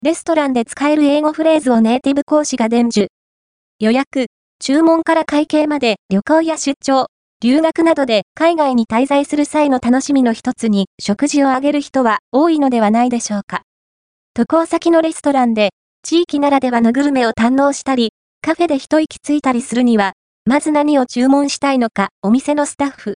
レストランで使える英語フレーズをネイティブ講師が伝授。予約、注文から会計まで旅行や出張、留学などで海外に滞在する際の楽しみの一つに食事をあげる人は多いのではないでしょうか。渡航先のレストランで地域ならではのグルメを堪能したり、カフェで一息ついたりするには、まず何を注文したいのかお店のスタッフ、